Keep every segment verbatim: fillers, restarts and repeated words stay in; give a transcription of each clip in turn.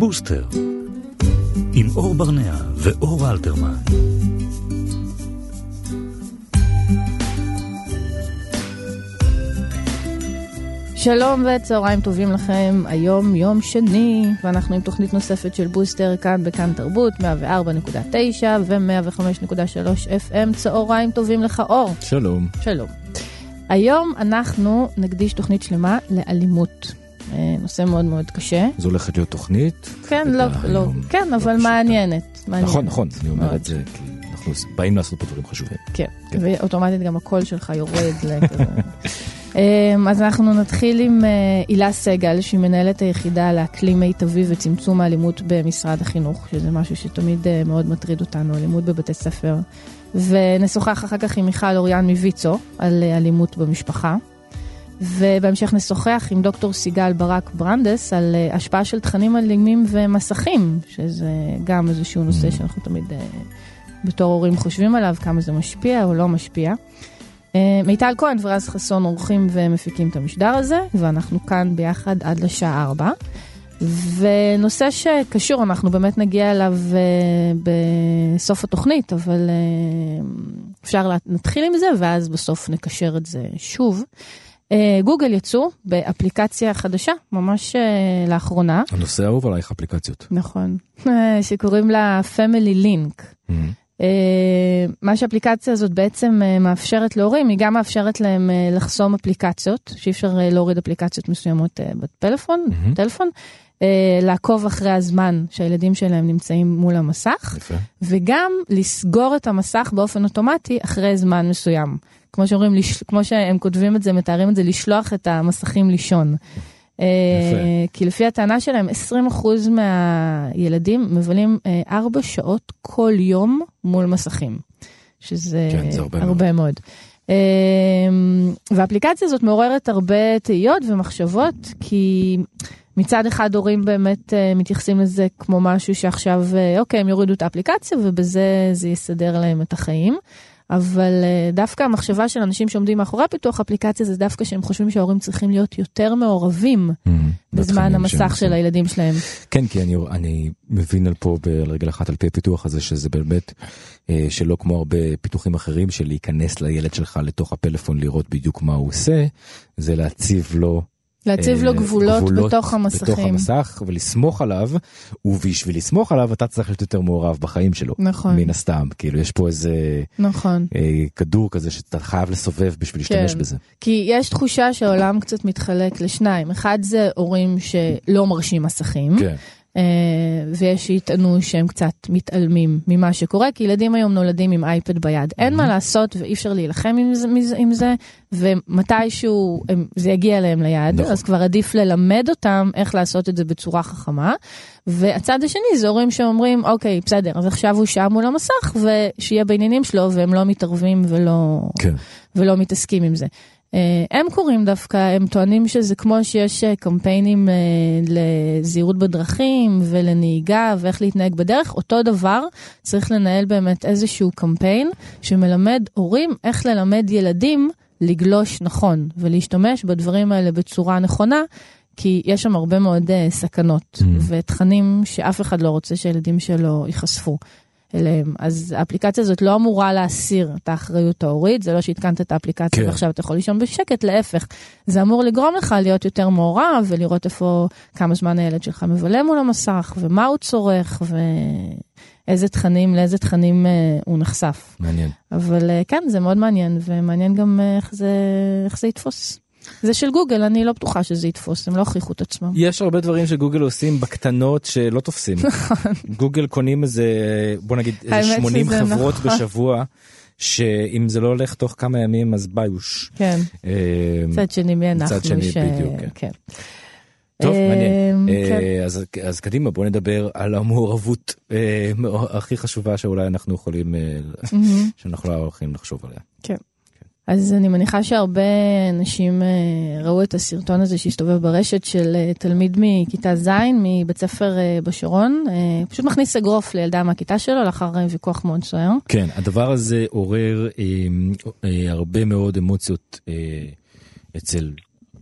בוסטר, עם אור ברנע ואור אלתרמן. שלום וצהריים טובים לכם, היום יום שני, ואנחנו עם תוכנית נוספת של בוסטר כאן בכאן תרבות, מאה וארבע נקודה תשע ו-מאה וחמש נקודה שלוש אף אם, צהריים טובים לך אור. שלום. שלום. היום אנחנו נקדיש תוכנית שלמה לאלימות. נושא מאוד מאוד קשה. זו הולכת להיות תוכנית? כן, לא, לא, כן, אבל מעניינת. נכון, נכון, אני אומר את זה, כי אנחנו באים לעשות פה דברים חשובים. כן, ואוטומטית גם הקול שלך יורד לכזה. אז אנחנו נתחיל עם אילה סגל, שהיא מנהלת היחידה לאקלים מיטבי וצמצום האלימות במשרד החינוך, שזה משהו שתמיד מאוד מטריד אותנו, אלימות בבתי ספר. ונשוחח אחר כך עם מיכל אוריאן מויצו על אלימות במשפחה. ובהמשך נשוחח עם דוקטור סיגל ברק ברנדס על השפעה של תכנים אלימים ומסכים, שזה גם איזשהו נושא שאנחנו תמיד בתור הורים חושבים עליו, כמה זה משפיע או לא משפיע. מיטל כהן ורז חסון עורכים ומפיקים את המשדר הזה, ואנחנו כאן ביחד עד לשעה ארבע. ונושא שקשור, אנחנו באמת נגיע אליו בסוף התוכנית, אבל אפשר נתחיל עם זה, ואז בסוף נקשר את זה שוב. גוגל יצאו באפליקציה חדשה, ממש לאחרונה. הנושא האהוב עלייך אפליקציות. נכון, שקוראים לה Family Link. מה שהאפליקציה הזאת בעצם מאפשרת להורים, היא גם מאפשרת להם לחסום אפליקציות, שאי אפשר להוריד אפליקציות מסוימות בטלפון, טלפון, לעקוב אחרי הזמן שהילדים שלהם נמצאים מול המסך, וגם לסגור את המסך באופן אוטומטי אחרי זמן מסוים. כמו שאומרים, כמו שהם כותבים את זה, מתארים את זה, לשלוח את המסכים לישון. כי לפי הטענה שלהם, עשרים אחוז מהילדים מבלים ארבע שעות כל יום מול מסכים. שזה הרבה מאוד. והאפליקציה הזאת מעוררת הרבה תהיות ומחשבות, כי מצד אחד הורים באמת מתייחסים לזה כמו משהו שעכשיו, אוקיי, הם יורידו את האפליקציה, ובזה זה יסדר להם את החיים. אבל דווקא המחשבה של אנשים שעומדים מאחורי פיתוח אפליקציה, זה דווקא שהם חושבים שההורים צריכים להיות יותר מעורבים בזמן המסך של הילדים שלהם. כן, כי אני, אני מבין על פה ברגל אחת על פי הפיתוח הזה, שזה באמת שלא כמו הרבה פיתוחים אחרים, של להיכנס לילד שלך לתוך הפלאפון, לראות בדיוק מה הוא עושה, זה להציב לו להציב לו גבולות, גבולות בתוך המסכים. בתוך המסך, ולסמוך עליו, ובשביל לסמוך עליו, אתה צריך להיות יותר מעורב בחיים שלו. נכון. מן הסתם, כאילו, יש פה איזה נכון. אה, כדור כזה שאתה חייב לסובב בשביל להשתמש כן. בזה. כי יש תחושה שהעולם קצת מתחלק לשניים. אחד זה הורים שלא מרשים מסכים. כן. ויש שיטענו שהם קצת מתעלמים ממה שקורה, כי ילדים היום נולדים עם אייפד ביד. אין מה לעשות ואי אפשר להילחם עם זה, ומתישהו זה יגיע להם ליד, אז כבר עדיף ללמד אותם איך לעשות את זה בצורה חכמה. והצד השני זה הורים שאומרים, אוקיי, בסדר, אז עכשיו הוא שעה מול המסך, ושיהיה בעניינים שלו, והם לא מתערבים ולא מתעסקים עם זה. הם קוראים דווקא, הם טוענים שזה כמו שיש קמפיינים לזהירות בדרכים ולנהיגה ואיך להתנהג בדרך, אותו דבר צריך לנהל באמת איזשהו קמפיין שמלמד הורים איך ללמד ילדים לגלוש נכון ולהשתמש בדברים האלה בצורה נכונה, כי יש שם הרבה מאוד סכנות mm. ותכנים שאף אחד לא רוצה שהילדים שלו ייחשפו אליהם. אז האפליקציה הזאת לא אמורה להסיר את האחריות ההורית, זה לא שהתקנת את האפליקציה כן. ועכשיו אתה יכול לישון בשקט, להפך. זה אמור לגרום לך להיות יותר מעורב, ולראות איפה כמה זמן הילד שלך מבלה מול המסך, ומה הוא צורך, ואיזה תכנים, לאיזה תכנים הוא נחשף. מעניין. אבל כן, זה מאוד מעניין, ומעניין גם איך זה, איך זה יתפוס. זה של גוגל, אני לא בטוחה שזה יתפוס, הם לא הוכיחו את עצמם. יש הרבה דברים שגוגל עושים בקטנות שלא תופסים. גוגל קונים איזה, בוא נגיד, איזה שמונים חברות בשבוע, שאם זה לא הולך תוך כמה ימים, אז ביוש. כן. צד שני מי אנחנו. צד שני בדיוק, כן. טוב, מעניין. אז קדימה, בוא נדבר על המעורבות הכי חשובה שאולי אנחנו יכולים, שאנחנו לא הולכים לחשוב עליה. כן. אז אני מניחה שהרבה אנשים ראו את הסרטון הזה שהסתובב ברשת של תלמיד מכיתה זין, מבית ספר בשרון, פשוט מכניס אגרוף לילדה מהכיתה שלו לאחר ויכוח מאוד סוער. כן, הדבר הזה עורר הרבה מאוד אמוציות אצל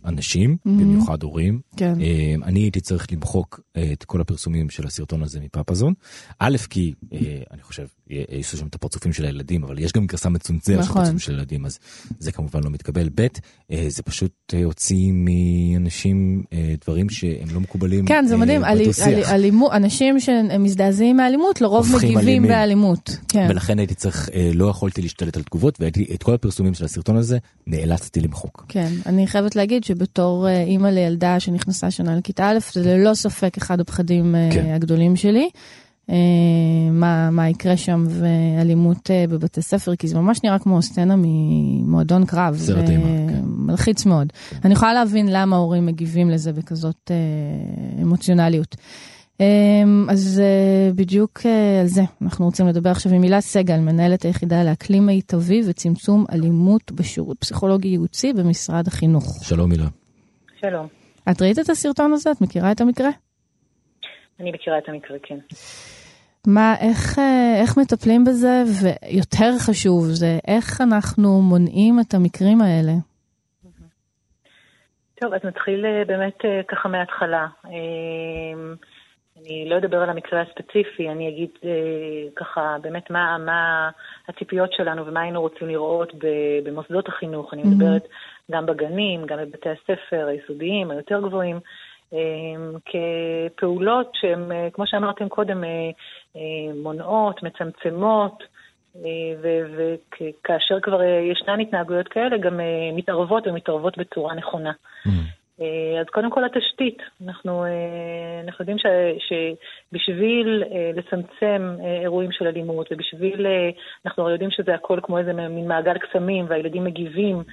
אנשים, במיוחד הורים. כן. אני הייתי צריך למחוק את כל הפרסומים של הסרטון הזה מפאפזון. א', כי אני חושב, יש שם את הפרצופים של הילדים, אבל יש גם גרסה מצומצמת של הפרצופים של הילדים, אז זה כמובן לא מתקבל. ב', זה פשוט הוציא מאנשים דברים שהם לא מקובלים. כן, זה מדהים. אנשים שמזדעזעים מאלימות, לרוב מגיבים באלימות. ולכן הייתי צריך, לא יכולתי להשתלט על תגובות, ואת כל הפרסומים של הסרטון הזה נאלצתי למחוק. כן, אני חייבת להגיד שבתור אימא לילדה שנכנסה שנה לכיתה א', זה ללא ספק אחד הפחדים הגדולים שלי. מה, מה יקרה שם ואלימות בבתי ספר, כי זה ממש נראה כמו סצנה ממועדון קרב. סרט אימה, כן. מלחיץ מאוד. אני יכולה להבין למה ההורים מגיבים לזה בכזאת אמוציונליות. אז בדיוק על זה אנחנו רוצים לדבר עכשיו עם הילה סגל, מנהלת היחידה לאקלים מיטבי וצמצום אלימות בשירות פסיכולוגי ייעוצי במשרד החינוך. שלום הילה. שלום. את ראית את הסרטון הזה? את מכירה את המקרה? אני מכירה את המקרה, כן. מה, איך, איך מטפלים בזה? ויותר חשוב זה איך אנחנו מונעים את המקרים האלה? טוב, אז נתחיל באמת ככה מההתחלה. אני לא אדבר על המקרה הספציפי, אני אגיד ככה באמת מה, מה הציפיות שלנו ומה היינו רוצים לראות במוסדות החינוך. אני מדברת גם בגנים, גם בבתי הספר היסודיים, היותר גבוהים, כפעולות שהן, כמו שאמרתם קודם, מונעות, מצמצמות, וכאשר כבר ישנן התנהגויות כאלה, גם מתערבות ומתערבות בצורה נכונה. אז קודם כל התשתית, אנחנו, אנחנו יודעים ש, שבשביל לצמצם אירועים של אלימות, ובשביל, אנחנו יודעים שזה הכל כמו איזה מין מעגל קסמים, והילדים מגיבים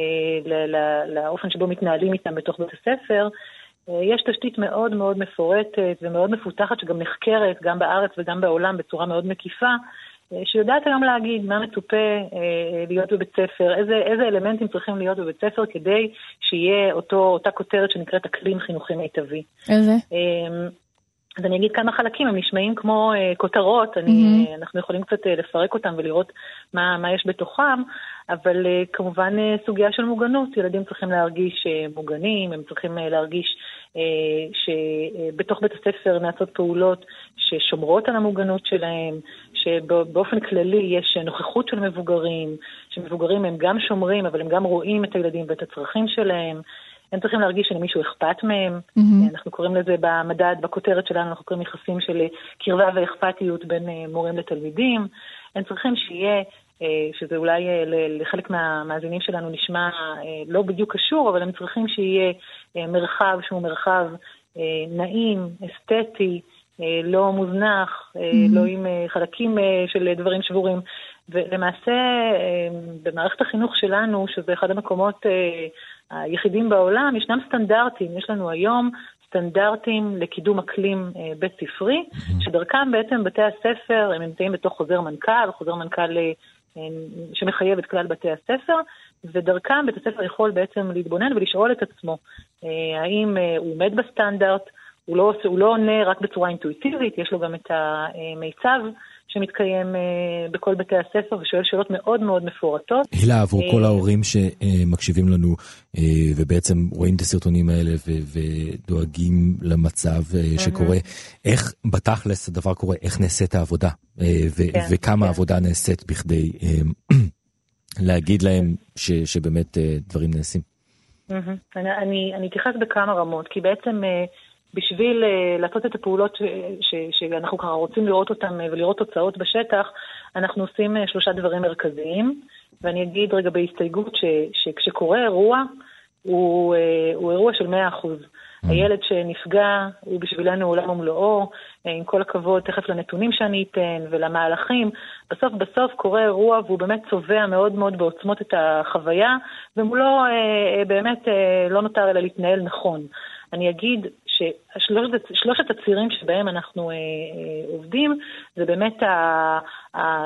לאופן שבו מתנהלים איתם בתוך בית הספר, יש תשתית מאוד מאוד מפורטת ומאוד מפותחת, שגם נחקרת גם בארץ וגם בעולם בצורה מאוד מקיפה, שיודעת היום להגיד מה מצופה אה, להיות בבית ספר, איזה, איזה אלמנטים צריכים להיות בבית ספר, כדי שיהיה אותו, אותה כותרת שנקראת אקלים חינוכי מיטבי. איזה? אה, אז אני אגיד כמה חלקים, הם נשמעים כמו אה, כותרות, אני, mm-hmm. אנחנו יכולים קצת אה, לפרק אותם ולראות מה, מה יש בתוכם, אבל אה, כמובן אה, סוגיה של מוגנות, ילדים צריכים להרגיש אה, מוגנים, הם צריכים אה, להרגיש אה, שבתוך בית הספר נעשות פעולות ששומרות על המוגנות שלהם, שבאופן כללי יש נוכחות של מבוגרים, שמבוגרים הם גם שומרים, אבל הם גם רואים את הילדים ואת הצרכים שלהם, הם צריכים להרגיש שלמישהו אכפת מהם, mm-hmm. אנחנו קוראים לזה במדד, בכותרת שלנו, אנחנו קוראים יחסים של קרבה ואכפתיות בין מורים לתלמידים, הם צריכים שיהיה, שזה אולי לחלק מהמאזינים שלנו נשמע לא בדיוק קשור, אבל הם צריכים שיהיה מרחב שהוא מרחב נעים, אסתטי, לא מוזנח, mm-hmm. לא עם חלקים של דברים שבורים, ולמעשה במערכת החינוך שלנו, שזה אחד המקומות היחידים בעולם, ישנם סטנדרטים, יש לנו היום סטנדרטים לקידום אקלים בית ספרי, שדרכם בעצם בתי הספר, הם נמצאים בתוך חוזר מנכ"ל, חוזר מנכ"ל שמחייב את כלל בתי הספר, ודרכם בית הספר יכול בעצם להתבונן ולשאול את עצמו, האם הוא עומד בסטנדרט, הוא לא, הוא לא עונה רק בצורה אינטואיטיבית, יש לו גם את המיצב שמתקיים בכל בתי הספר, ושואל שאלות מאוד מאוד מפורטות. הילה, עבור כל ההורים שמקשיבים לנו, ובעצם רואים את הסרטונים האלה, ודואגים למצב שקורה, איך בתכלס הדבר קורה, איך נעשית העבודה, וכמה העבודה נעשית בכדי להגיד להם שבאמת דברים נעשים. אני אתייחס בכמה רמות, כי בעצם בשביל uh, לעשות את הפעולות ש, ש, שאנחנו ככה רוצים לראות אותם uh, ולראות תוצאות בשטח, אנחנו עושים uh, שלושה דברים מרכזיים, ואני אגיד רגע בהסתייגות ש, שכשקורה אירוע, הוא, uh, הוא אירוע של מאה אחוז. Mm. הילד שנפגע הוא בשבילנו עולם ומלואו, uh, עם כל הכבוד תכף לנתונים שאני אתן ולמהלכים, בסוף בסוף קורה אירוע והוא באמת צובע מאוד מאוד בעוצמות את החוויה, ומולו uh, באמת uh, לא נותר אלא להתנהל נכון. אני אגיד ששלושת הצירים שבהם אנחנו אה, אה, עובדים, זה באמת ה, ה, ה,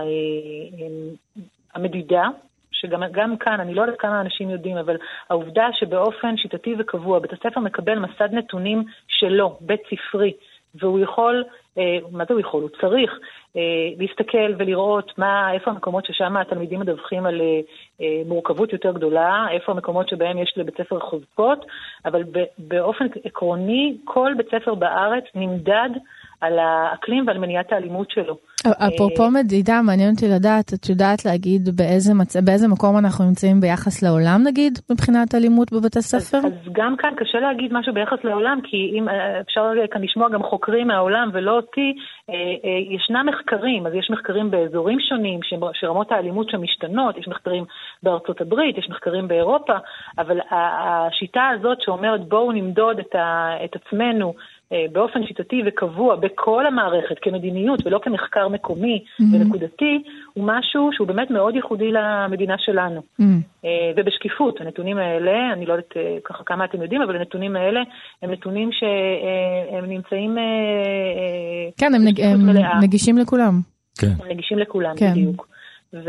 המדידה, שגם גם כאן, אני לא יודעת כמה אנשים יודעים, אבל העובדה שבאופן שיטתי וקבוע, בית הספר מקבל מסד נתונים שלו, בית ספרי, והוא יכול מה זה הוא יכול? הוא צריך להסתכל ולראות מה, איפה המקומות ששם התלמידים מדווחים על מורכבות יותר גדולה, איפה המקומות שבהם יש לבית ספר חוזקות, אבל באופן עקרוני כל בית ספר בארץ נמדד על האקלים ועל מניעת האלימות שלו. אפרופו מדידה, מעניין אותי לדעת, את יודעת להגיד באיזה, מצ... באיזה מקום אנחנו נמצאים ביחס לעולם, נגיד, מבחינת אלימות בבתי ספר? אז, אז גם כאן קשה להגיד משהו ביחס לעולם, כי אם אפשר כאן לשמוע גם חוקרים מהעולם ולא אותי, ישנם מחקרים, אז יש מחקרים באזורים שונים, שרמות האלימות שמשתנות, יש מחקרים בארצות הברית, יש מחקרים באירופה, אבל השיטה הזאת שאומרת בואו נמדוד את, ה... את עצמנו, באופן שיטתי וקבוע בכל המערכת כמדיניות ולא כמחקר מקומי mm-hmm. ונקודתי, הוא משהו שהוא באמת מאוד ייחודי למדינה שלנו. Mm-hmm. ובשקיפות, הנתונים האלה, אני לא יודעת ככה כמה אתם יודעים, אבל הנתונים האלה הם נתונים שהם נמצאים כן, הם, נג... הם נגישים לכולם. כן. הם נגישים לכולם, כן. בדיוק. ו...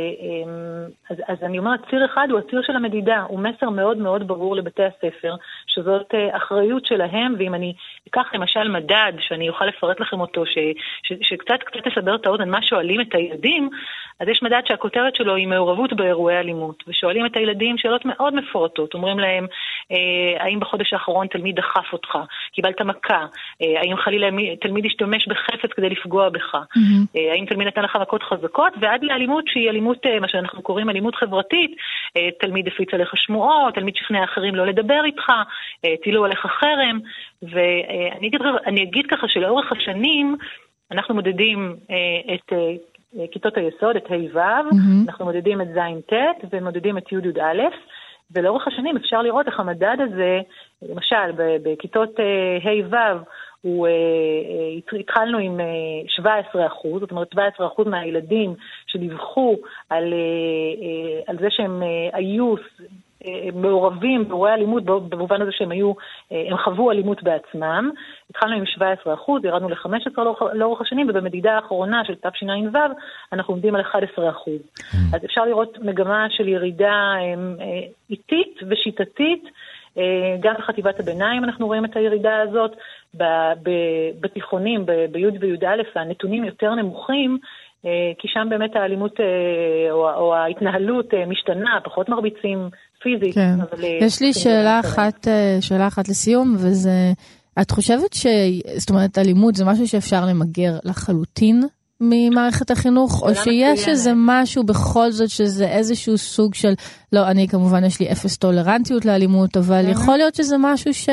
אז, אז אני אומרת, ציר אחד הוא הציר של המדידה, הוא מסר מאוד מאוד ברור לבתי הספר, שזאת אחריות שלהם, ואם אני אקח למשל מדד, שאני אוכל לפרט לכם אותו, ש, ש, שקצת קצת לסבר את האוזן, מה שואלים את הילדים, אז יש מדד שהכותרת שלו היא מעורבות באירועי אלימות, ושואלים את הילדים שאלות מאוד מפורטות, אומרים להם, אה, האם בחודש האחרון תלמיד דחף אותך, קיבלת מכה, אה, האם חלילה תלמיד השתמש בחפץ כדי לפגוע בך, mm-hmm. אה, האם תלמיד נתן לך מכות חזקות, ועד לאלימות שהיא אלימות, מה שאנחנו קוראים אלימות חברתית, תלמיד הפיץ עליך שמועות, תלמיד שכנע אחרים לא לדבר איתך, תילו עליך חרם, ואני אגיד, אני אגיד ככה שלאורך השנים אנחנו מודדים את כיתות היסוד, את ה' ו', mm-hmm. אנחנו מודדים את ז' ט' ומודדים את י' י' א', ולאורך השנים אפשר לראות איך המדד הזה, למשל בכיתות ה' ו', הוא, התחלנו עם שבע עשרה אחוז, זאת אומרת שבע עשרה אחוז מהילדים שדיווחו על, על זה שהם היו מעורבים באירועי אלימות, במובן הזה שהם היו, הם חוו אלימות בעצמם. התחלנו עם שבע עשרה אחוז, ירדנו ל-חמש עשרה לאורך השנים, ובמדידה האחרונה של תשע"ו אנחנו עומדים על אחד עשר אחוז. אז אפשר לראות מגמה של ירידה איטית ושיטתית, גם בחטיבת הביניים אנחנו רואים את הירידה הזאת, בתיכונים, בי' וי' א', הנתונים יותר נמוכים, כי שם באמת האלימות או ההתנהלות משתנה, פחות מרביצים פיזית. כן. יש לי שאלה אחת, שאלה אחת לסיום, וזה, את חושבת ש, זאת אומרת, אלימות זה משהו שאפשר למגר לחלוטין ממערכת החינוך, או שיש איזה משהו בכל זאת שזה איזשהו סוג של, לא, אני כמובן יש לי אפס טולרנטיות לאלימות, אבל יכול להיות שזה משהו ש...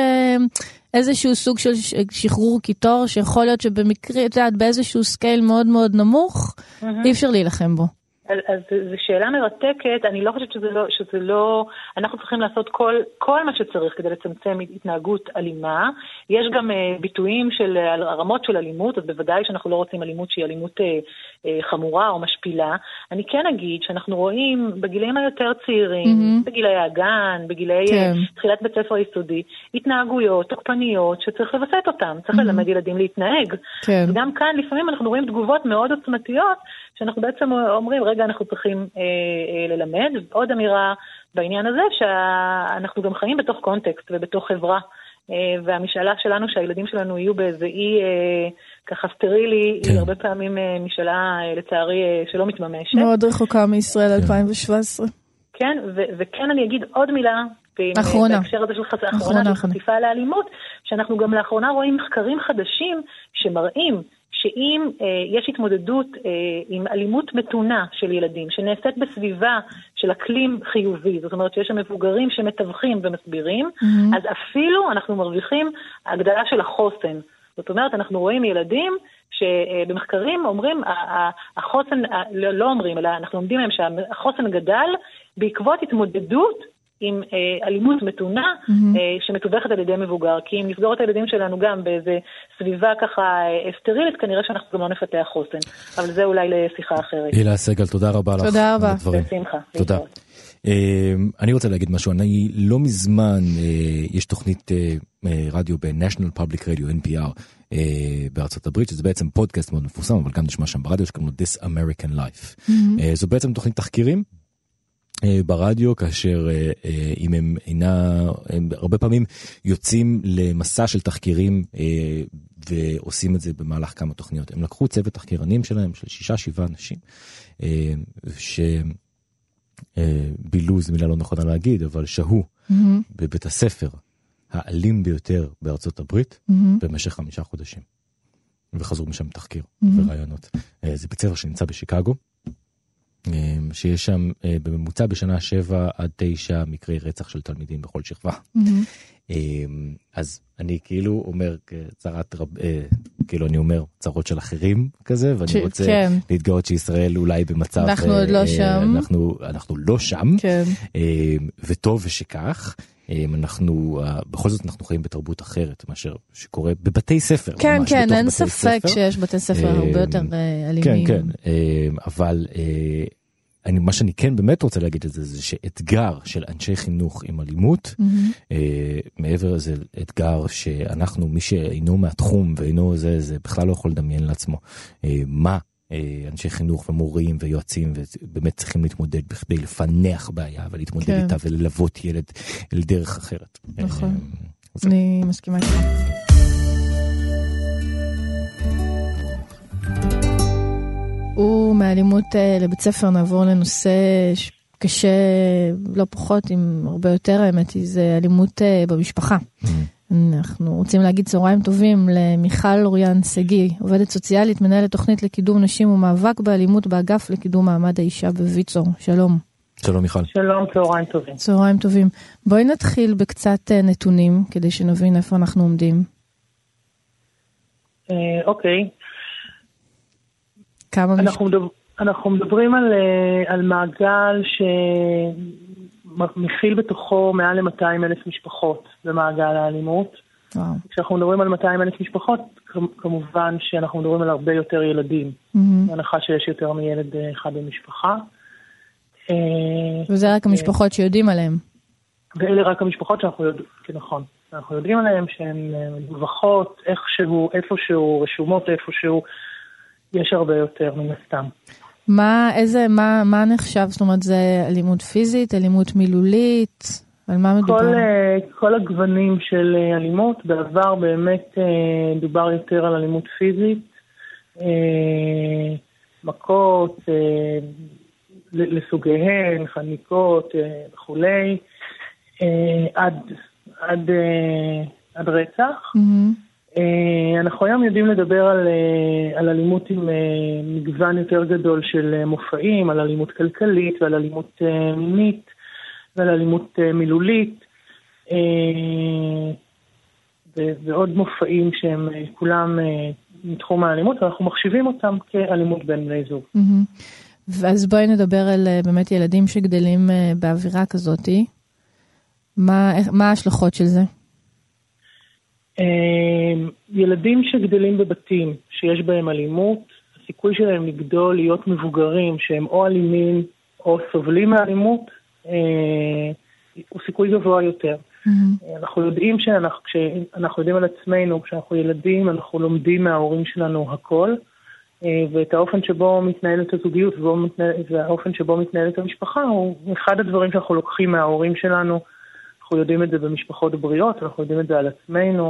איזשהו סוג של שחרור קיטור, שיכול להיות שבמקרה, את יודעת, באיזשהו סקייל מאוד מאוד נמוך, אי אפשר להילחם בו. אז זו שאלה מרתקת, אני לא חושבת שזה לא, שזה לא, אנחנו צריכים לעשות כל, כל מה שצריך כדי לצמצם התנהגות אלימה. יש גם uh, ביטויים של הרמות של אלימות, אז בוודאי שאנחנו לא רוצים אלימות שהיא אלימות uh, uh, חמורה או משפילה. אני כן אגיד שאנחנו רואים בגילאים היותר צעירים, mm-hmm. בגילי הגן, בגילי כן. uh, תחילת בית ספר יסודי, התנהגויות, תוקפניות שצריך לבסט אותם, צריך mm-hmm. ללמד ילדים להתנהג. כן. וגם כאן לפעמים אנחנו רואים תגובות מאוד עוצמתיות, שאנחנו בעצם אומרים, רגע, אנחנו צריכים אה, אה, ללמד. עוד אמירה בעניין הזה, שאנחנו גם חיים בתוך קונטקסט ובתוך חברה, אה, והמשאלה שלנו שהילדים שלנו יהיו באיזה אי אה, ככה סטרילי, כן. היא הרבה פעמים אה, משאלה, אה, לצערי, אה, שלא מתממשת. מאוד רחוקה מישראל אלפיים שבע עשרה. כן, ו- וכן אני אגיד עוד מילה, אחרונה. בהקשר הזה של חצ... אחרונה, של חשיפה לאלימות, שאנחנו גם לאחרונה רואים מחקרים חדשים שמראים שאם אה, יש התמודדות אה, עם אלימות מתונה של ילדים, שנעשית בסביבה של אקלים חיובי, זאת אומרת שיש שם מבוגרים שמתווכים ומסבירים, mm-hmm. אז אפילו אנחנו מרוויחים הגדלה של החוסן. זאת אומרת, אנחנו רואים ילדים שבמחקרים אומרים, החוסן, לא, לא אומרים, אלא אנחנו עומדים להם שהחוסן גדל בעקבות התמודדות עם אה, אלימות מתונה mm-hmm. אה, שמתווכת על ידי מבוגר, כי אם נסגור את הילדים שלנו גם באיזה סביבה ככה אה, סטרילית, כנראה שאנחנו גם לא נפתח חוסן. אבל זה אולי לשיחה אחרת. הילה סגל, תודה רבה לך. תודה רבה. בשמחה. תודה. אה, אני רוצה להגיד משהו, אני לא מזמן, אה, יש תוכנית אה, רדיו ב-National Public Radio, N P R, אה, בארצות הברית, שזה בעצם פודקאסט מאוד מפורסם, אבל גם נשמע שם ברדיו, שקוראים לו This American Life. Mm-hmm. אה, זו בעצם תוכנית תחקירים, ברדיו, כאשר אם הם אינה, הם הרבה פעמים יוצאים למסע של תחקירים ועושים את זה במהלך כמה תוכניות. הם לקחו צוות תחקירנים שלהם, של שישה, שבעה אנשים, שבילו, זו מילה לא נכונה להגיד, אבל שהו mm-hmm. בבית הספר האלים ביותר בארצות הברית, mm-hmm. במשך חמישה חודשים. וחזרו משם תחקיר mm-hmm. ורעיונות. זה בית ספר שנמצא בשיקגו, שיש שם בממוצע בשנה שבע עד תשע מקרי רצח של תלמידים בכל שכבה. Mm-hmm. אז אני כאילו אומר, צרת רב, כאילו אני אומר צרות של אחרים כזה, ואני ש... רוצה כן. להתגאות שישראל אולי במצב... אנחנו עוד לא שם. אנחנו, אנחנו לא שם, כן. וטוב ושכך. אנחנו, בכל זאת אנחנו חיים בתרבות אחרת, מאשר שקורה בבתי ספר. כן, כן, אין ספק שיש בתי ספר הרבה יותר אלימים. כן, כן, אבל אני, מה שאני כן באמת רוצה להגיד את זה, זה שאתגר של אנשי חינוך עם אלימות, מעבר לזה אתגר שאנחנו, מי שאינו מהתחום ואינו זה, זה בכלל לא יכול לדמיין לעצמו. מה אנשי חינוך ומורים ויועצים ובאמת צריכים להתמודד בכדי לפנח בעיה ולהתמודד כן. איתה וללוות ילד אל דרך אחרת. נכון, אני מסכימה איתך. ומאלימות לבית ספר נעבור לנושא קשה לא פחות, עם הרבה יותר האמת היא, זה אלימות במשפחה. Mm-hmm. אנחנו רוצים להגיד צהריים טובים למיכל אוריאן סגי, עובדת סוציאלית, מנהלת תוכנית לקידום נשים ומאבק באלימות באגף לקידום מעמד האישה בויצו. שלום. שלום מיכל. שלום, צהריים טובים. צהריים טובים. בואי נתחיל בקצת נתונים, כדי שנבין איפה אנחנו עומדים. אוקיי. כמה אנחנו, מדבר, אנחנו מדברים על, על מעגל שמכיל בתוכו מעל ל-מאתיים אלף משפחות במעגל האלימות. וואו. כשאנחנו מדברים על מאתיים אלף משפחות, כמובן שאנחנו מדברים על הרבה יותר ילדים. Mm-hmm. בהנחה שיש יותר מילד אחד במשפחה. וזה רק המשפחות שיודעים עליהם. ואלה רק המשפחות שאנחנו יודעים, נכון. אנחנו יודעים עליהם שהן מדווחות, איכשהו, איפשהו, רשומות איפשהו, יש הרבה יותר מן הסתם. מה, איזה, מה, מה נחשב? זאת אומרת, זה אלימות פיזית, אלימות מילולית? על מה מדובר? כל, כל הגוונים של אלימות, בעבר באמת דובר יותר על אלימות פיזית, מכות, לסוגיהן, חניקות וכולי, עד, עד, עד רצח. Mm-hmm. אנחנו היום יודעים לדבר על, על אלימות עם מגוון יותר גדול של מופעים, על אלימות כלכלית ועל אלימות מינית ועל אלימות מילולית, ועוד מופעים שהם כולם מתחום האלימות, ואנחנו מחשיבים אותם כאלימות בין בני זוג. Mm-hmm. ואז בואי נדבר על באמת ילדים שגדלים באווירה כזאת. מה, מה ההשלכות של זה? ילדים שגדלים בבתים שיש בהם אלימות, הסיכוי שלהם לגדול להיות מבוגרים שהם או אלימים או סובלים מאלימות, הוא סיכוי גבוה יותר. Mm-hmm. אנחנו יודעים שאנחנו, כשאנחנו יודעים על עצמנו, כשאנחנו ילדים, אנחנו לומדים מההורים שלנו הכל, ואת האופן שבו מתנהלת הזוגיות והאופן שבו מתנהלת המשפחה הוא אחד הדברים שאנחנו לוקחים מההורים שלנו. אנחנו יודעים את זה במשפחות בריאות, אנחנו יודעים את זה על עצמנו,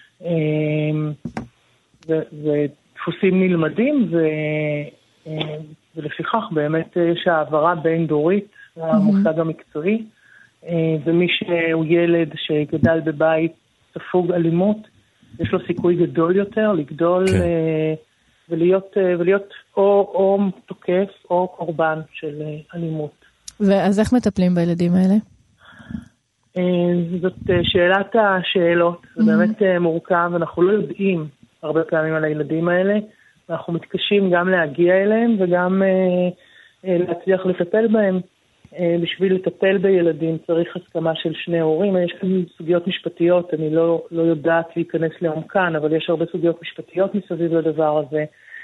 ודפוסים נלמדים, ולפיכך באמת יש העברה בין דורית, המושג המקצועי, ומי שהוא ילד שגדל בבית ספוג אלימות, יש לו סיכוי גדול יותר לגדול ולהיות, ולהיות או, או תוקף או קורבן של אלימות. ואז איך מטפלים בילדים האלה? זאת שאלת השאלות, זה באמת מורכב, אנחנו לא יודעים הרבה פעמים על הילדים האלה, ואנחנו מתקשים גם להגיע אליהם וגם להצליח לטפל בהם. בשביל לטפל בילדים צריך הסכמה של שני הורים, יש כאן סוגיות משפטיות, אני לא, לא יודעת להיכנס לעומקן, אבל יש הרבה סוגיות משפטיות מסביב לדבר הזה,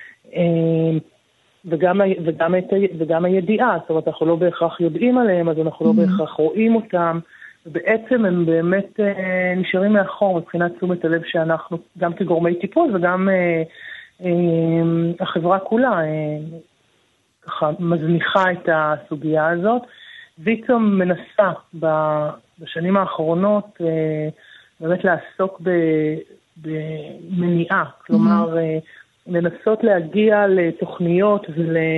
וגם, וגם, וגם הידיעה, זאת אומרת, אנחנו לא בהכרח יודעים עליהם, אז אנחנו לא בהכרח רואים אותם, ובעצם הם באמת נשארים מאחור מבחינת תשומת הלב שאנחנו, גם כגורמי טיפול וגם החברה כולה, ככה מזניחה את הסוגיה הזאת. ויצו מנסה בשנים האחרונות באמת לעסוק במניעה, כלומר, לנסות להגיע לתוכניות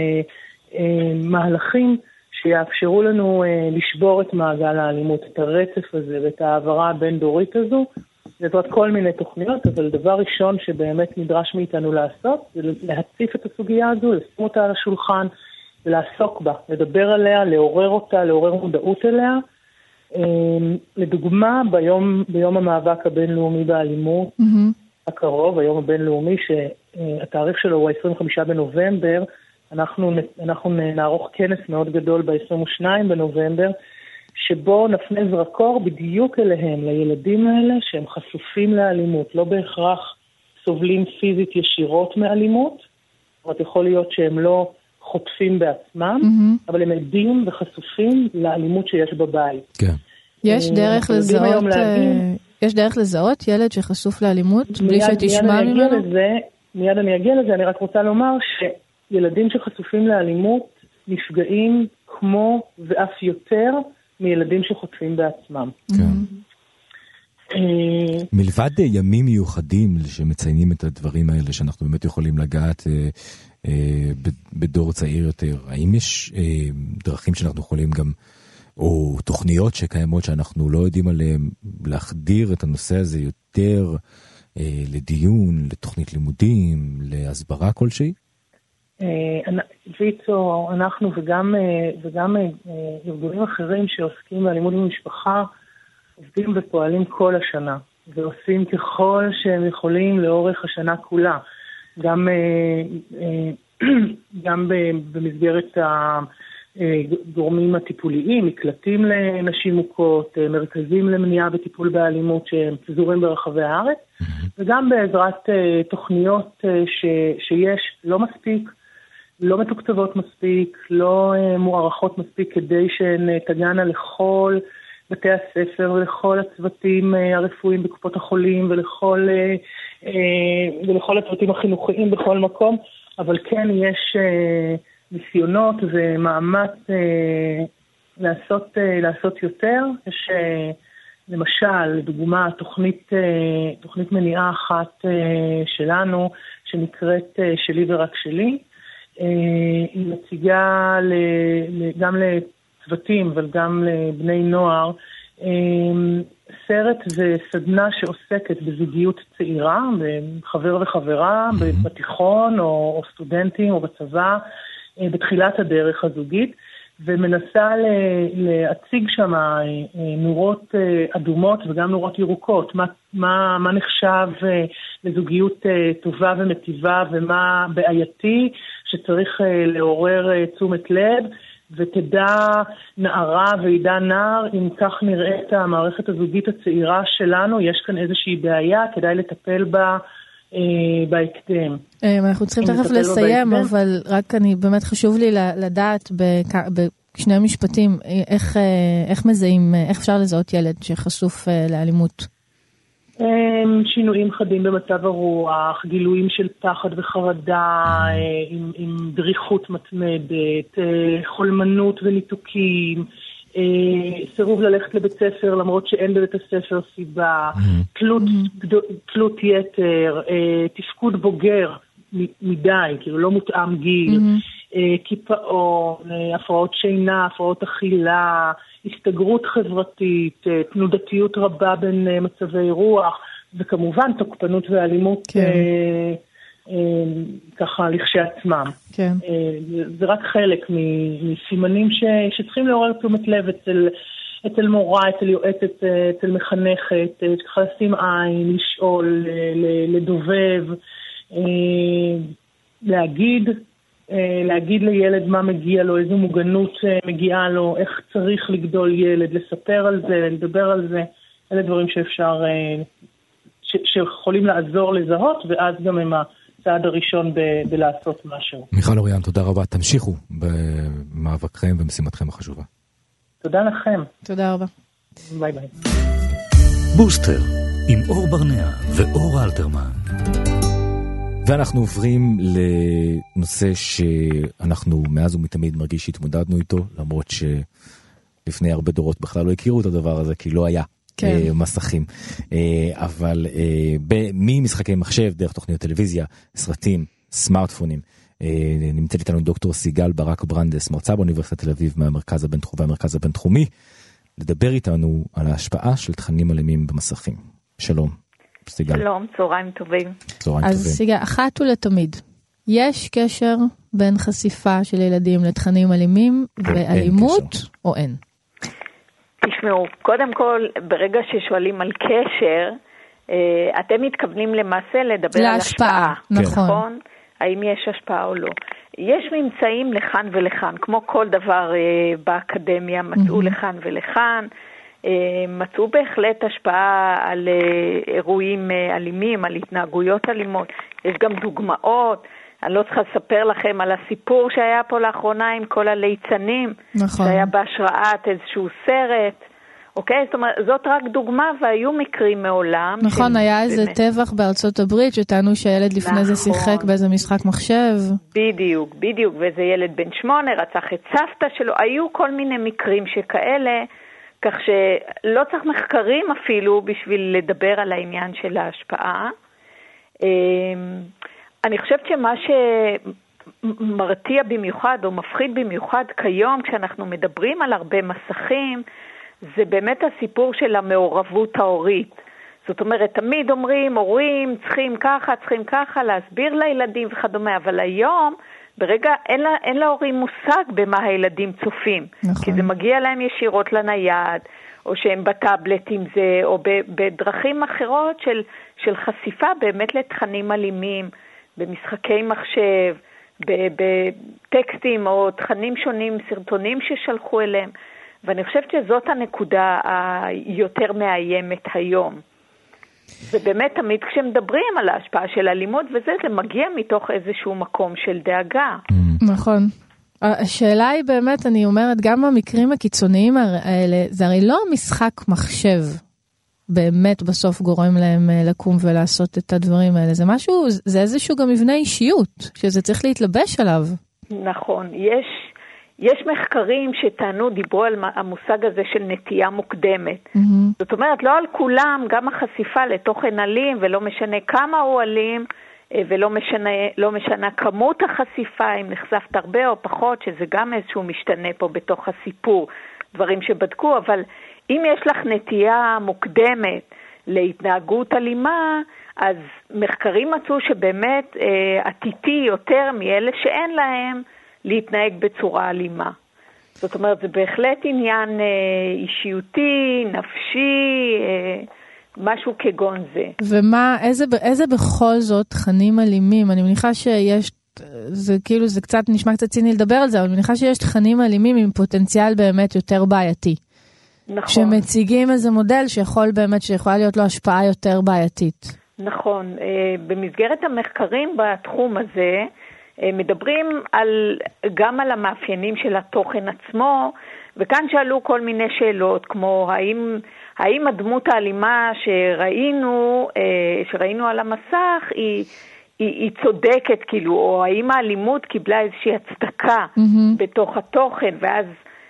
ולמהלכים שיאפשרו לנו לשבור את מעגל האלימות, את הרצף הזה ואת העברה הבין-דורית הזו, בעזרת כל מיני תוכניות, אבל דבר ראשון שבאמת נדרש מאיתנו לעשות, זה להציף את הסוגיה הזו, לשים אותה על השולחן, ולעסוק בה, לדבר עליה, לעורר אותה, לעורר מודעות אליה. לדוגמה, ביום, ביום המאבק הבינלאומי באלימות mm-hmm. הקרוב, היום הבינלאומי, שהתאריך שלו הוא ה-עשרים וחמישה בנובמבר, אנחנו, אנחנו נערוך כנס מאוד גדול ב-עשרים ושניים בנובמבר, שבו נפנה זרקור בדיוק אליהם, לילדים האלה שהם חשופים לאלימות, לא בהכרח סובלים פיזית ישירות מאלימות, אבל יכול להיות שהם לא חוטפים בעצמם, mm-hmm. אבל הם עדים וחשופים לאלימות שיש בבית. כן. יש דרך לזהות, יש דרך לזהות ילד שחשוף לאלימות, בלי שתשמע ממנו? מיד אני אגיע לזה, אני רק רוצה לומר שילדים שחשופים לאלימות נפגעים כמו ואף יותר מילדים שחוטפים בעצמם. כן. מלבד ימים מיוחדים שמציינים את הדברים האלה, שאנחנו באמת יכולים לגעת בדור צעיר יותר, האם יש דרכים שאנחנו יכולים גם, או תוכניות שקיימות שאנחנו לא יודעים עליהן, להחדיר את הנושא הזה יותר לדיון, לתוכנית לימודים, להסברה כלשהי? ויצו, אנחנו וגם, וגם ארגונים אחרים שעוסקים באלימות במשפחה, עובדים ופועלים כל השנה, ועושים ככל שהם יכולים לאורך השנה כולה. גם, גם במסגרת הגורמים הטיפוליים, מקלטים לנשים מוכות, מרכזים למניעה וטיפול באלימות שהם פזורים ברחבי הארץ, וגם בעזרת תוכניות ש, שיש לא מספיק, לא מתוקצבות מספיק, לא מוערכות מספיק כדי שהן תגענה לכל בתי הספר ולכל הצוותים הרפואיים בקופות החולים ולכל, ולכל הצוותים החינוכיים בכל מקום, אבל כן יש ניסיונות ומאמץ לעשות, לעשות יותר. יש למשל, לדוגמה, תוכנית, תוכנית מניעה אחת שלנו שנקראת שלי ורק שלי. היא מציגה גם לצוותים אבל גם לבני נוער סרט וסדנה שעוסקת בזוגיות צעירה, חבר וחברה בתיכון או סטודנטים או בצבא בתחילת הדרך הזוגית, ומנסה להציג שם נורות אדומות וגם נורות ירוקות, מה, מה, מה נחשב לזוגיות טובה ומטיבה ומה בעייתי שצריך לעורר תשומת לב, ותדע נערה וידע נער, אם כך נראית המערכת הזוגית הצעירה שלנו, יש כאן איזושהי בעיה, כדאי לטפל בה בהקדם. אנחנו צריכים תכף לסיים, אבל רק אני באמת חשוב לי לדעת בשני משפטים, איך, איך מזהים, איך אפשר לזהות ילד שחשוף לאלימות? שינויים חדים במצב הרוח, גילויים של פחד וחרדה, עם, עם דריכות מתמדת, חולמנות וניתוקים, סירוב ללכת לבית ספר למרות שאין בבית הספר סיבה, תלות, תלות יתר, תפקוד בוגר מדי, כאילו לא מותאם גיל, קיפאון, הפרעות שינה, הפרעות אכילה, הסתגרות חברתית, תנודתיות רבה בין מצבי רוח, וכמובן תוקפנות ואלימות כן. אה, אה, ככה לכשעצמם. כן. אה, זה רק חלק מסימנים ש, שצריכים לעורר תשומת לב אצל, אצל מורה, אצל יועצת, אצל מחנכת, צריכה לשים עין, לשאול, לדובב, אה, להגיד, להגיד לילד מה מגיע לו, איזו מוגנות מגיעה לו, איך צריך לגדול ילד, לספר על זה, לדבר על זה, אלה דברים שאפשר, ש, שיכולים לעזור לזהות, ואז גם הם הצעד הראשון ב, בלעשות משהו. מיכל אוריאן, תודה רבה. תמשיכו במאבקכם ומשימתכם החשובה. תודה לכם. תודה רבה. ביי ביי. בוסטר, עם אור ברנע ואור אלתרמן. ואנחנו עוברים לנושא שאנחנו מאז ומתמיד מרגיש שהתמודדנו איתו, למרות שלפני הרבה דורות בכלל לא הכירו את הדבר הזה, כי לא היה כן. מסכים. אבל ממשחקי מחשב, דרך תוכניות טלוויזיה, סרטים, סמארטפונים, נמצאת איתנו דוקטור סיגל ברק ברנדס, מרצה באוניברסיטת תל אביב מהמרכז הבינתחומי, המרכז הבינתחומי, לדבר איתנו על ההשפעה של תכנים אלימים במסכים. שלום, סיגל. שלום, צהריים טובים. צהריים אז טובים. סיגל, אחת ולתמיד, יש קשר בין חשיפה של ילדים לתכנים אלימים ואלימות או אין? תשמעו, קודם כל, ברגע ששואלים על קשר, אתם מתכוונים למעשה לדבר על השפעה. נכון. נכון? האם יש השפעה או לא. יש ממצאים לכאן ולכאן, כמו כל דבר באקדמיה, מצאו לכאן ולכאן, מצאו בהחלט השפעה על אירועים אלימים, על התנהגויות אלימות. יש גם דוגמאות, אני לא צריכה לספר לכם על הסיפור שהיה פה לאחרונה עם כל הליצנים, נכון. שהיה בהשראת איזשהו סרט, אוקיי? זאת אומרת, זאת רק דוגמה, והיו מקרים מעולם. נכון, היה איזה טבח בארצות הברית, שטענו שהילד לפני זה שיחק באיזה משחק מחשב. בדיוק, בדיוק, ואיזה ילד בן שמונה רצח את סבתא שלו, היו כל מיני מקרים שכאלה, כך שלא צריך מחקרים אפילו בשביל לדבר על העניין של ההשפעה. אני חושבת שמה שמרתיע במיוחד או מפחיד במיוחד כיום כשאנחנו מדברים על הרבה מסכים, זה באמת הסיפור של המעורבות ההורית. זאת אומרת, תמיד אומרים, הורים צריכים ככה, צריכים ככה, להסביר לילדים וכדומה, אבל היום, ברגע, אין, לה, אין להורים מושג במה הילדים צופים. נכון. כי זה מגיע להם ישירות לנייד, או שהם בטאבלט עם זה, או בדרכים אחרות של, של חשיפה באמת לתכנים אלימים, במשחקי מחשב, בטקסטים או תכנים שונים, סרטונים ששלחו אליהם. ואני חושבת שזאת הנקודה היותר מאיימת היום. ובאמת תמיד כשמדברים על ההשפעה של אלימות וזה, זה מגיע מתוך איזשהו מקום של דאגה. נכון. השאלה היא באמת, אני אומרת, גם המקרים הקיצוניים האלה, זה הרי לא משחק מחשב, באמת בסוף גורם להם לקום ולעשות את הדברים האלה. זה משהו, זה איזשהו גם מבנה אישיות, שזה צריך להתלבש עליו. נכון. יש... יש מחקרים שטענו, דיברו על המושג הזה של נטייה מוקדמת. Mm-hmm. זאת אומרת, לא על כולם, גם החשיפה לתוכן אלים, ולא משנה כמה הוא אלים, ולא משנה, לא משנה כמות החשיפה, אם נחשפת הרבה או פחות, שזה גם איזשהו משתנה פה בתוך הסיפור, דברים שבדקו, אבל אם יש לך נטייה מוקדמת להתנהגות אלימה, אז מחקרים מצאו שבאמת עתידי יותר מאלה שאין להם, להתנהג בצורה אלימה. זאת אומרת, זה בהחלט עניין אה, אישיותי, נפשי, אה, משהו כגון זה. ומה, איזה, איזה בכל זאת תכנים אלימים? אני מניחה שיש, זה כאילו, זה קצת נשמע קצת ציני לדבר על זה, אבל אני מניחה שיש תכנים אלימים עם פוטנציאל באמת יותר בעייתי. נכון. שמציגים איזה מודל שיכול באמת, שיכולה להיות לו השפעה יותר בעייתית. נכון. אה, במסגרת המחקרים בתחום הזה, מדברים על, גם על המאפיינים של התוכן עצמו, וכאן שאלו כל מיני שאלות, כמו האם, האם הדמות האלימה שראינו, שראינו על המסך היא, היא, היא צודקת, כאילו, או האם האלימות קיבלה איזושהי הצדקה mm-hmm. בתוך התוכן, ואז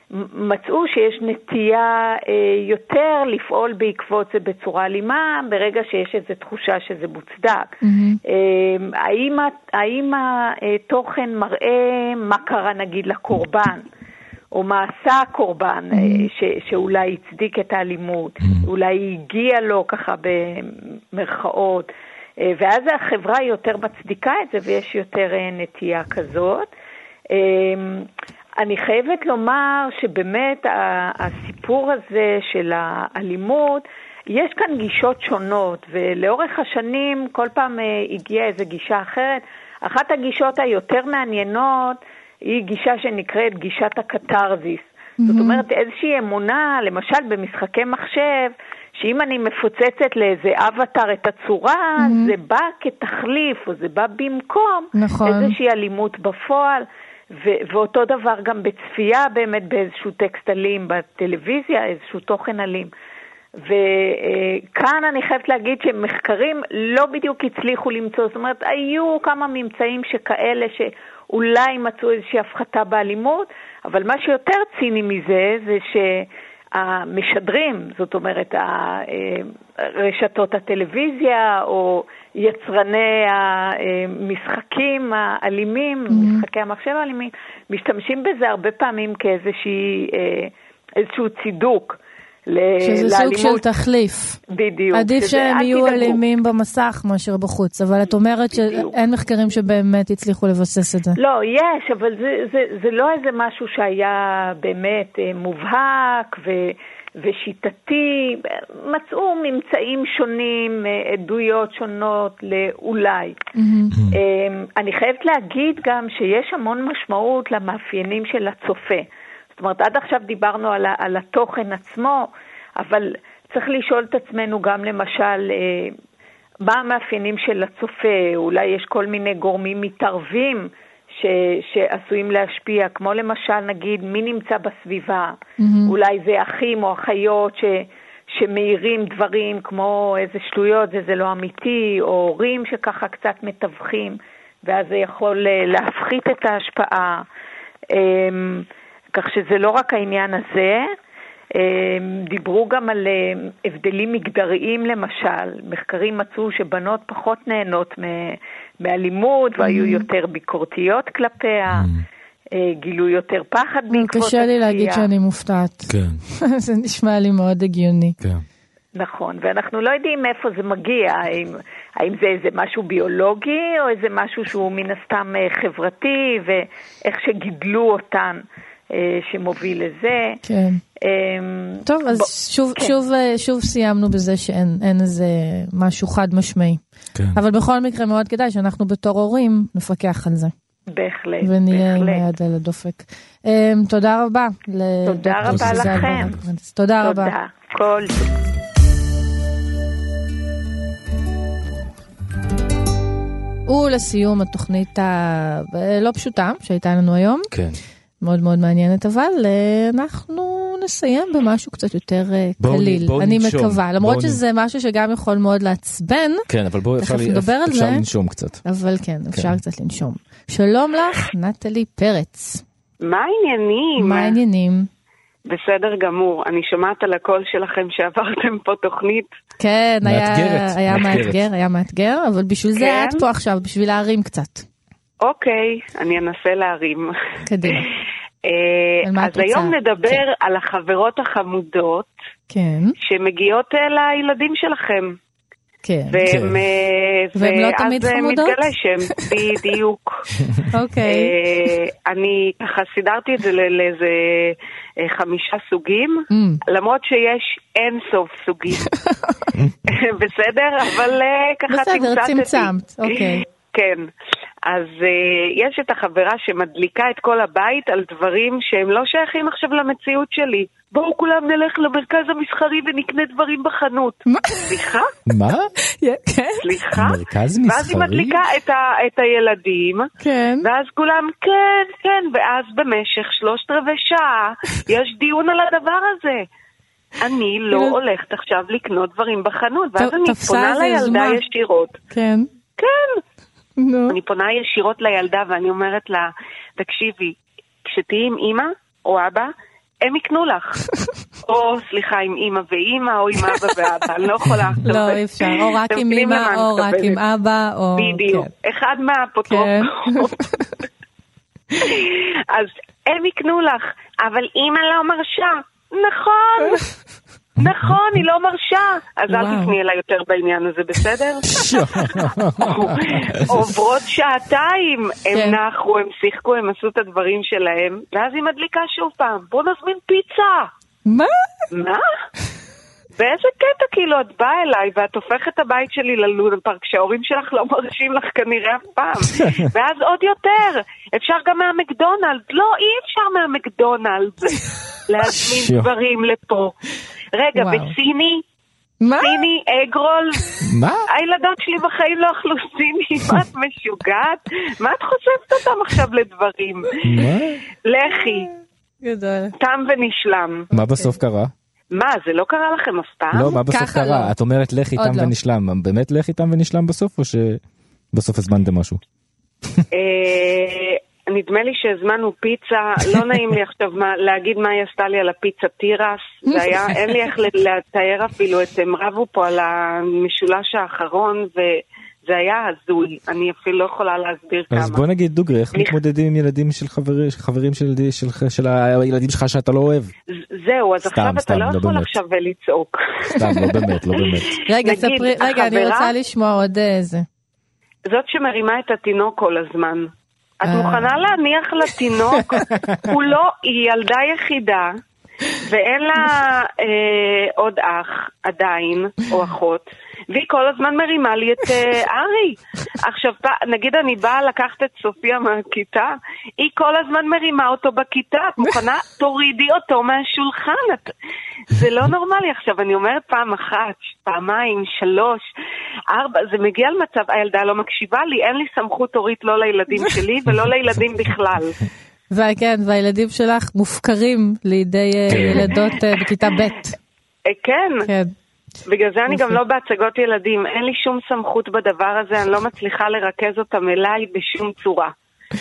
מצאו שיש נטייה אה, יותר לפעול בעקבות זה בצורה אלימה, ברגע שיש איזו תחושה שזה מוצדק. Mm-hmm. אה, האם, האם התוכן מראה מה קרה נגיד לקורבן, או מה עשה הקורבן mm-hmm. אה, ש, שאולי הצדיק את האלימות, mm-hmm. אולי הגיע לו ככה במרכאות, אה, ואז החברה יותר מצדיקה את זה ויש יותר אה, נטייה כזאת. אה, אני חייבת לומר שבאמת הסיפור הזה של האלימות, יש כאן גישות שונות, ולאורך השנים כל פעם הגיעה איזו גישה אחרת. אחת הגישות היותר מעניינות היא גישה שנקראת גישת הקטרזיס. Mm-hmm. זאת אומרת, איזושהי אמונה, למשל במשחקי מחשב, שאם אני מפוצצת לאיזה אבטר את הצורה, mm-hmm. זה בא כתחליף, או זה בא במקום נכון. איזושהי אלימות בפועל. ו- ואותו דבר גם בצפייה באמת באיזשהו טקסט אלים בטלוויזיה, איזשהו תוכן אלים. וכאן אני חייבת להגיד שמחקרים לא בדיוק הצליחו למצוא, זאת אומרת, היו כמה ממצאים שכאלה שאולי מצאו איזושהי הפחתה באלימות, אבל מה שיותר ציני מזה זה המשדרים, זאת אומרת, רשתות הטלוויזיה או יצרני המשחקים האלימים, mm-hmm. משחקי המחשב האלימים, משתמשים בזה הרבה פעמים כאיזושהי, איזשהו צידוק. שזה סוג של תחליף. בדיוק. עדיף שהם יהיו אלימים במסך מאשר בחוץ, אבל את אומרת שאין מחקרים שבאמת הצליחו לבסס את זה. לא, יש, אבל זה, זה, זה לא איזה משהו שהיה באמת מובהק ו, ושיטתי. מצאו ממצאים שונים, עדויות שונות לאולי. Mm-hmm. אני חייבת להגיד גם שיש המון משמעות למאפיינים של הצופה. זאת אומרת, עד עכשיו דיברנו על, על התוכן עצמו, אבל צריך לשאול את עצמנו גם למשל, אה, מה המאפיינים של הצופה? אולי יש כל מיני גורמים מתערבים ש, שעשויים להשפיע, כמו למשל נגיד מי נמצא בסביבה, mm-hmm. אולי זה אחים או אחיות ש, שמאירים דברים כמו איזה שטויות, זה, זה לא אמיתי, או הורים שככה קצת מתווכים, ואז זה יכול להפחית את ההשפעה. אה, כך שזה לא רק העניין הזה, דיברו גם על הבדלים מגדריים למשל, מחקרים מצאו שבנות פחות נהנות מאלימות והיו יותר ביקורתיות כלפיה, גילו יותר פחד בעקבות קשה לי להגיד שאני מופתעת. כן. זה נשמע לי מאוד הגיוני. כן. נכון, ואנחנו לא יודעים מאיפה זה מגיע, האם, האם זה איזה משהו ביולוגי או איזה משהו שהוא מן הסתם חברתי ואיך שגידלו אותן. שמוביל לזה. כן. טוב, אז שוב, שוב, שוב סיימנו בזה שאין, אין איזה משהו חד משמעי. כן. אבל בכל מקרה מאוד כדאי שאנחנו בתור הורים נפקח על זה. בהחלט. ונהיה עם היד על הדופק. תודה רבה. תודה רבה לכם. תודה רבה. תודה. כל ולסיום התוכנית הלא פשוטה שהייתה לנו היום. כן. מאוד מאוד מעניינת, אבל אנחנו נסיים במשהו קצת יותר קליל, בוא אני ננשום, מקווה, למרות שזה משהו שגם יכול מאוד לעצבן, כן, אבל בואו אפשר, אפשר לנשום קצת. אבל כן, אפשר כן. קצת לנשום. שלום לך, נטלי פרץ. מה העניינים? מה העניינים? בסדר גמור, אני שומעת על הקול שלכם שעברתם פה תוכנית. כן, מאתגרת, היה, היה מאתגר, היה מאתגר, אבל בשביל כן? זה את פה עכשיו, בשביל להרים קצת. אוקיי, אני אנסה להרים. קדימה. אז היום נדבר על החברות החמודות שמגיעות לילדים שלכם. כן. והם לא תמיד חמודות? ואז מתגלה שהם בדיוק. אוקיי. אני ככה סידרתי את זה לאיזה חמישה סוגים, למרות שיש אין סוף סוגים. בסדר? אבל ככה צמצמתי. בסדר, צמצמת, אוקיי. כן. אז uh, יש את החברה שמדליקה את כל הבית על דברים שהם לא שייכים עכשיו למציאות שלי. בואו כולם נלך למרכז המסחרי ונקנה דברים בחנות. מה? סליחה? מה? כן. סליחה? מרכז מסחרי? ואז היא מדליקה את, ה- את הילדים. כן. ואז כולם, כן, כן. ואז במשך שלושת רבעי שעה יש דיון על הדבר הזה. אני לא הולכת עכשיו לקנות דברים בחנות. ואז אני פונה לילדה ישירות. כן. כן. No. אני פונה ישירות לילדה ואני אומרת לה, תקשיבי, כשתהי עם אמא או אבא, הם יקנו לך. או סליחה, עם אמא ואמא או עם אבא ואבא, אני לא יכולה. לא, אי אפשר, או רק עם אמא או רק עם אבא. בדיוק, אחד מהאפוטרופוס. אז הם יקנו לך, אבל אמא לא מרשה. נכון. נכון, היא לא מרשה. אז אל תפני אליי יותר בעניין הזה, בסדר? עוברות שעתיים, הם נחו, הם שיחקו, הם עשו את הדברים שלהם, ואז היא מדליקה שוב פעם, בוא נזמין פיצה. מה? מה? באיזה קטע כאילו את באה אליי ואת הופכת את הבית שלי ללונה פארק שההורים שלך לא מרשים לך כנראה אף פעם. ואז עוד יותר, אפשר גם מהמקדונלד. לא, אי אפשר מהמקדונלד להזמין דברים לפה. רגע, בסיני? מה? סיני, אגרול? מה? הילדות שלי בחיים לא אכלו סיני, מה את משוגעת? מה את חושבת אותם עכשיו לדברים? מה? לכי. גדול. תם ונשלם. מה בסוף קרה? מה, זה לא קרה לכם אף פעם? לא, מה בסוף קרה? את אומרת לך איתם ונשלם. באמת לך איתם ונשלם בסוף, או שבסוף הזמנתם משהו? נדמה לי שהזמנו פיצה, לא נעים לי עכשיו מה, להגיד מה היא עשתה לי על הפיצה טירס, זה היה, אין לי איך לתאר אפילו, הם רבו פה על המשולש האחרון, וזה היה הזוי, אני אפילו לא יכולה להסביר כמה. אז בוא נגיד דוגרי, איך מתמודדים עם ילדים של חברים, חברים של, של, של, של הילדים שלך שאתה לא אוהב? זהו, אז עכשיו אתה לא יכול עכשיו לצעוק. סתם, לא באמת, לא באמת. רגע, ספרי, רגע, אני רוצה לשמוע עוד איזה. זאת שמרימה את התינוק כל הזמן. את מוכנה להניח לתינוק, הוא לא, היא ילדה יחידה, ואין לה אה, עוד אח עדיין, או אחות, והיא כל הזמן מרימה לי את אה, ארי. עכשיו, נגיד אני באה לקחת את סופיה מהכיתה, היא כל הזמן מרימה אותו בכיתה, את מוכנה? תורידי אותו מהשולחן. את... זה לא נורמלי. עכשיו, אני אומרת פעם אחת, פעמיים, שלוש, ארבע, זה מגיע למצב, הילדה לא מקשיבה לי, אין לי סמכות הורית לא לילדים שלי ולא לילדים בכלל. וכן, והילדים שלך מופקרים לידי ילדות בכיתה ב'. כן. כן. בגלל זה אני גם לא בהצגות ילדים, אין לי שום סמכות בדבר הזה, אני לא מצליחה לרכז אותם אליי בשום צורה.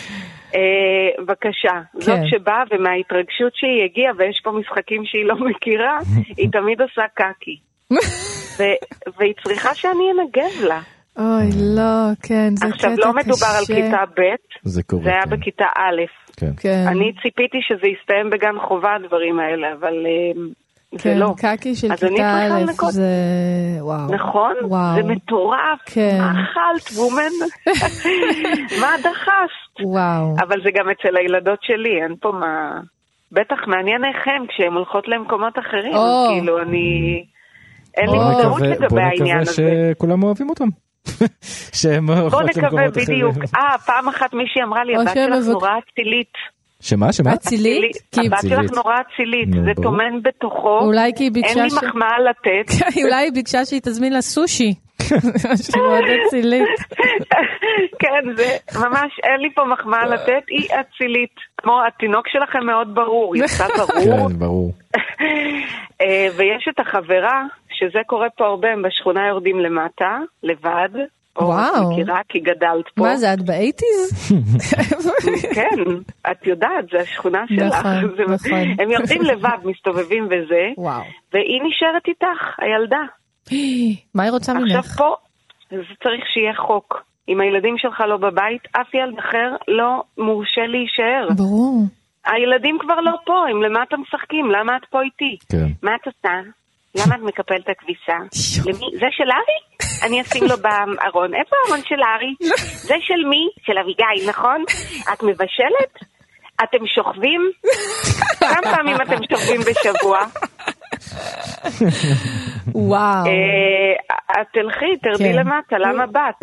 בבקשה, זאת שבאה ומההתרגשות שהיא הגיעה, ויש פה משחקים שהיא לא מכירה, היא תמיד עושה קקי. והיא צריכה שאני אנגב לה. אוי, לא, כן, זה קטע קשה. עכשיו, לא מדובר על כיתה ב', זה קורה. זה היה בכיתה א'. כן. אני ציפיתי שזה יסתיים בגן חובה, הדברים האלה, אבל זה לא. כן, קקי של כיתה א', זה... וואו. נכון? זה מטורף. כן. אכלת, וומן. מה דחסת? וואו. אבל זה גם אצל הילדות שלי, אין פה מה... בטח מעניין איכם, כשהן הולכות למקומות אחרים, כאילו, אני... אין לי מודעות לגבי העניין הזה. בוא נקווה שכולם אוהבים אותם. בוא נקווה בדיוק. אה, פעם אחת מישהי אמרה לי, הבת שלך נורא אצילית. שמה? שמה? אצילית? הבת שלך נורא אצילית, זה תומן בתוכו. אולי כי היא ביקשה... אין לי מחמאה לתת. אולי היא ביקשה שהיא תזמין לה סושי. שהיא מאוד אצילית. כן, זה ממש, אין לי פה מחמאה לתת, היא אצילית. כמו התינוק שלכם מאוד ברור, יצא ברור. כן, ברור. ויש את החברה, שזה קורה פה הרבה, הם בשכונה יורדים למטה, לבד. וואו. מכירה, כי גדלת פה. מה זה, את באייטיז? כן, את יודעת, זה השכונה שלך. נכון, נכון. הם יורדים לבד, מסתובבים וזה. וואו. והיא נשארת איתך, הילדה. מה היא רוצה ממך? עכשיו פה, זה צריך שיהיה חוק. אם הילדים שלך לא בבית, אף ילד אחר לא מורשה להישאר. ברור. הילדים כבר לא פה, אם למה אתם משחקים? למה את פה איתי? כן. מה את עושה? למה את מקפלת את הכביסה? למי? זה של ארי? אני אשים לו בארון. איפה הארון של ארי? זה של מי? של אביגיל, נכון? את מבשלת? אתם שוכבים? כמה פעמים אתם שוכבים בשבוע? וואו. את תלכי, תרדי למטה, למה בת?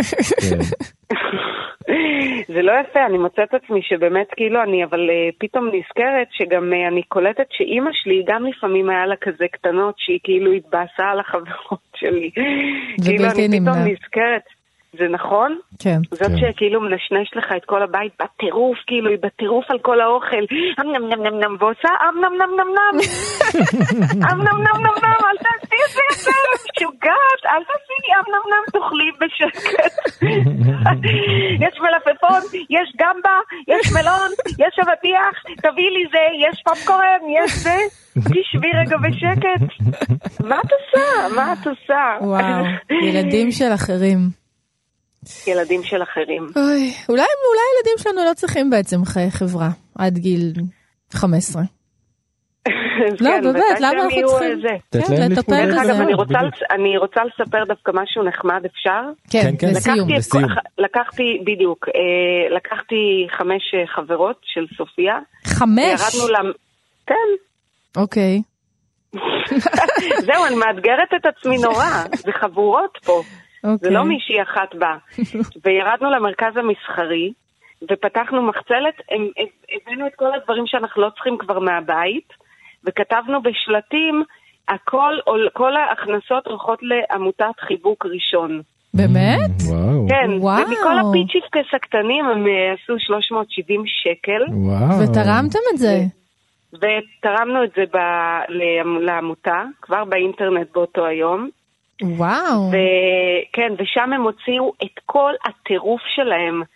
זה לא יפה, אני מוצאת עצמי שבאמת כאילו אני, אבל פתאום נזכרת שגם אני קולטת שאימא שלי גם לפעמים היה לה כזה קטנות שהיא כאילו התבאסה על החברות שלי. כאילו אני פתאום נזכרת. זה נכון? כן. זאת שכאילו מנשנש לך את כל הבית בטירוף, כאילו היא בטירוף על כל האוכל, אמ נם נם נם נם, ועושה אמ נם נם נם נם, אמ נם נם נם נם, אל תעשי את זה יותר, משוגעת, אל תעשי לי אמ נם נם, תאכלי בשקט. יש מלפפון, יש גמבה, יש מלון, יש אבטיח, תביא לי זה, יש פופקורן, יש זה, תשבי רגע בשקט. מה את עושה? מה את עושה? וואו, ילדים של אחרים. ילדים של אחרים. אוי, אולי, אולי ילדים שלנו לא צריכים בעצם חיי חברה עד גיל חמש עשרה. לא, באמת, למה אנחנו צריכים? כן, לטפל בזה. אגב, אני רוצה לספר דווקא משהו נחמד, אפשר? כן, לסיום. לקחתי, בדיוק, לקחתי חמש חברות של סופיה. חמש? ירדנו לה... כן. אוקיי. זהו, אני מאתגרת את עצמי נורא. זה חבורות פה. זה לא מישהי אחת בה. וירדנו למרכז המסחרי, ופתחנו מחצלת, הבאנו את כל הדברים שאנחנו לא צריכים כבר מהבית, וכתבנו בשלטים, הכל, כל ההכנסות הולכות לעמותת חיבוק ראשון. באמת? וואו. כן, ומכל הפיצ'יפקס הקטנים הם עשו שלוש מאות שבעים שקל. וואו. ותרמתם את זה? ותרמנו את זה לעמותה, כבר באינטרנט באותו היום. וואו. וכן, ושם הם הוציאו את כל הטירוף שלהם.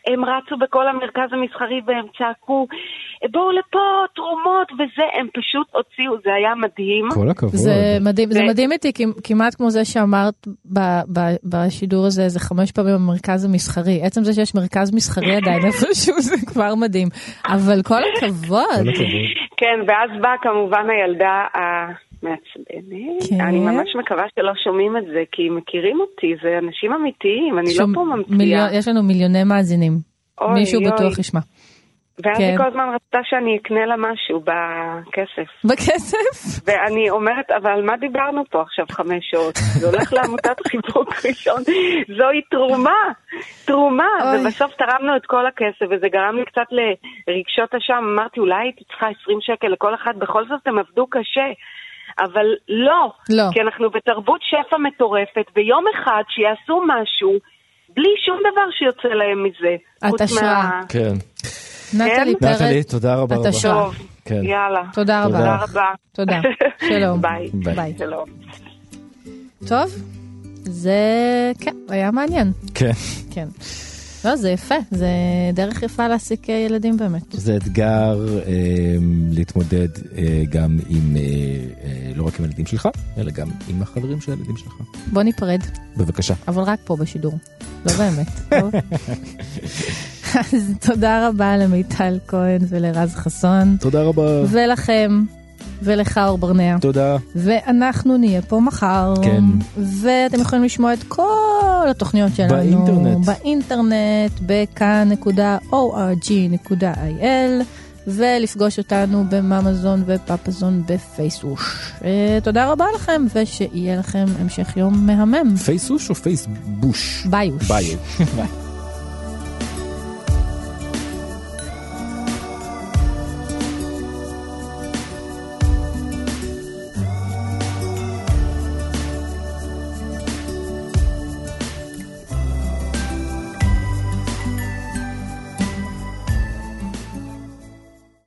הם רצו בכל המרכז המסחרי והם צעקו, בואו לפה, תרומות וזה, הם פשוט הוציאו, זה היה מדהים. כל הכבוד. זה מדהים, זה מדהים איתי, כמעט כמו זה שאמרת בשידור הזה, זה חמש פעמים במרכז המסחרי. עצם זה שיש מרכז מסחרי עדיין איפשהו, זה כבר מדהים. אבל כל הכבוד. כן, ואז באה כמובן הילדה המעצבנת. אני ממש מקווה שלא שומעים את זה, כי מכירים אותי, זה אנשים אמיתיים, אני לא פה ממציאה. יש לנו מיליוני מאזינים. מישהו בטוח ישמע. ואז היא כל הזמן רצתה שאני אקנה לה משהו בכסף. בכסף? ואני אומרת, אבל מה דיברנו פה עכשיו חמש שעות? זה הולך לעמותת חיבוק ראשון. זוהי תרומה, תרומה. ובסוף תרמנו את כל הכסף, וזה גרם לי קצת לרגשות אשם. אמרתי, אולי הייתי צריכה עשרים שקל לכל אחד, בכל זאת הם עבדו קשה. אבל לא, לא. כי אנחנו בתרבות שפע מטורפת, ביום אחד שיעשו משהו, בלי שום דבר שיוצא להם מזה. את השראה. כן. נטלי פרץ. נטלי, תודה רבה רבה. טוב, יאללה. תודה רבה. תודה רבה. תודה. שלום. ביי. ביי. שלום. טוב, זה, כן, היה מעניין. כן. כן. לא, זה יפה, זה דרך יפה להסיק ילדים באמת. זה אתגר אה, להתמודד אה, גם עם, אה, אה, לא רק עם הילדים שלך, אלא גם עם החברים של הילדים שלך. בוא ניפרד. בבקשה. אבל רק פה בשידור, לא באמת. טוב? אז תודה רבה למיטל כהן ולרז חסון. תודה רבה. ולכם. ולך אור ברנע. תודה. ואנחנו נהיה פה מחר. כן. ואתם יכולים לשמוע את כל התוכניות שלנו. באינטרנט. באינטרנט, בכאן נקודה או אר ג'י נקודה איי אל, ולפגוש אותנו בממזון ופאפזון בפייסוש. תודה רבה לכם, ושיהיה לכם המשך יום מהמם. פייסוש או פייסבוש? ביוש. ביוש.